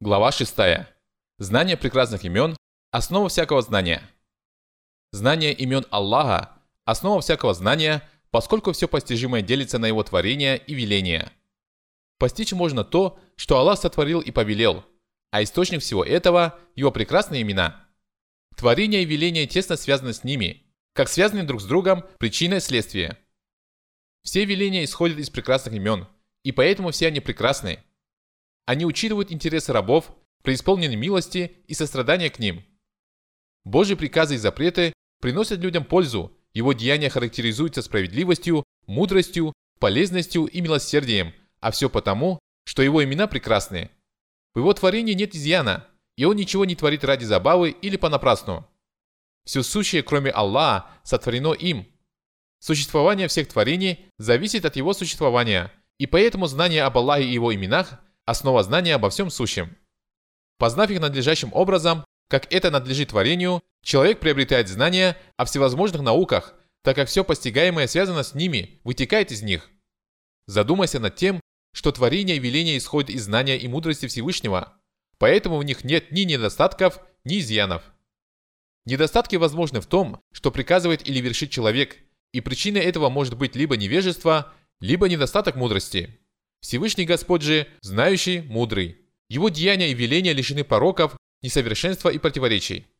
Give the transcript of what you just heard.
Глава 6. Знание прекрасных имен – основа всякого знания. Знание имен Аллаха – основа всякого знания, поскольку все постижимое делится на его творения и веления. Постичь можно то, что Аллах сотворил и повелел, а источник всего этого – его прекрасные имена. Творения и веления тесно связаны с ними, как связаны друг с другом причина и следствие. Все веления исходят из прекрасных имен, и поэтому все они прекрасны. Они учитывают интересы рабов, преисполнены милости и сострадания к ним. Божьи приказы и запреты приносят людям пользу, его деяния характеризуются справедливостью, мудростью, полезностью и милосердием, а все потому, что его имена прекрасны. В его творении нет изъяна, и он ничего не творит ради забавы или понапрасну. Все сущее, кроме Аллаха, сотворено им. Существование всех творений зависит от его существования, и поэтому знание об Аллахе и его именах – основа знания обо всем сущем. Познав их надлежащим образом, как это надлежит творению, человек приобретает знания о всевозможных науках, так как все постигаемое связано с ними, вытекает из них. Задумайся над тем, что творение и веление исходят из знания и мудрости Всевышнего, поэтому в них нет ни недостатков, ни изъянов. Недостатки возможны в том, что приказывает или вершит человек, и причиной этого может быть либо невежество, либо недостаток мудрости. Всевышний Господь же, знающий, мудрый. Его деяния и веления лишены пороков, несовершенства и противоречий.